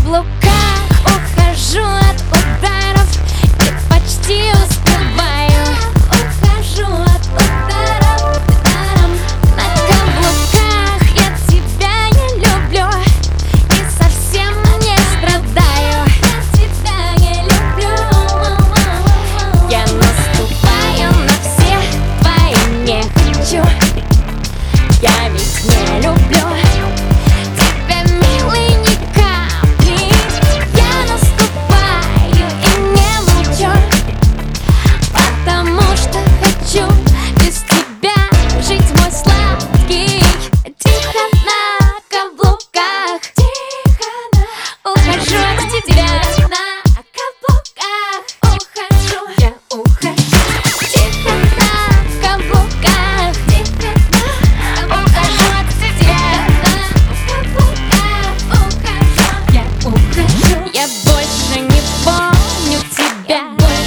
каблуках ухожу от ударов и почти успеваю. Ухожу от ударов. На каблуках я тебя не люблю и совсем не страдаю. Я тебя не люблю. Я наступаю на все твои не хочу. Я ведь не люблю тебя, милый, ни капли. Я наступаю и не молчу, потому что хочу без тебя жить, мой сладкий. Тихо на каблуках, тихо ухожу от тебя. На каблуках ухожу, я ухожу. Тихо на каблуках, тихо ухожу от тебя. На каблуках ухожу, я ухожу. Я больше не помню тебя.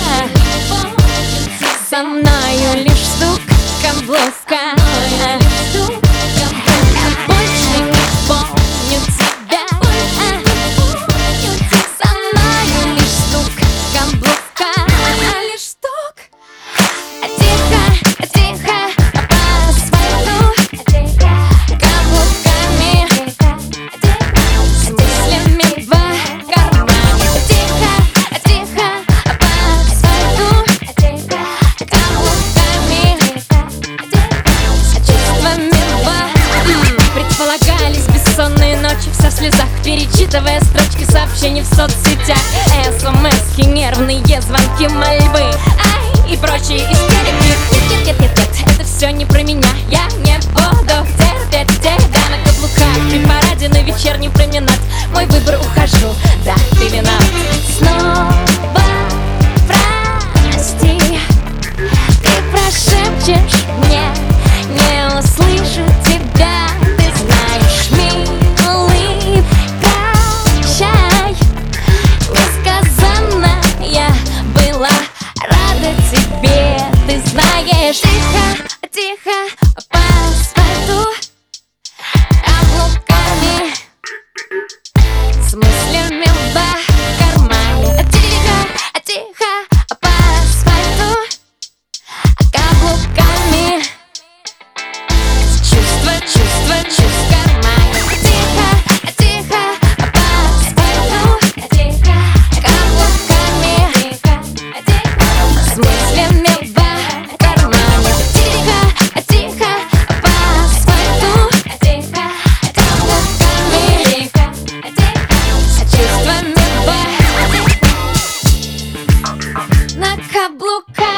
Со мною лишь стук каблука. Я больше не помню тебя. Со мною лишь стук каблука. Лишь стук. Тихо, тихо по асфальту, каблуками, с мыслями в кармане. Тихо, тихо по асфальту, каблуками, с чувствами в. Предполагались бессонные ночи, вся в слезах, перечитывая строчки сообщений в соцсетях. СМСки, нервные звонки, мольбы, ай, и прочие истерики. Нет, это все не про меня. Я не буду терпеть тебя на каблуках. При параде на вечерний променад. Мой выбор, ухожу, да, ты виноват. Снова прости, ты прошепчешь мне, не услышу тебя. Ты знаешь, милый, прощай. Несказанно я была рада тебе, ты знаешь. Тихо, тихо по асфальту, каблуками, с мыслями в кармане. Тихо, тихо по асфальту, каблуками, чувства в кармане. Тихо, тихо по асфальту, каблуками, с мыслями в кармане. Тихо, тихо по асфальту, каблуками, чувствами в. На каблуках.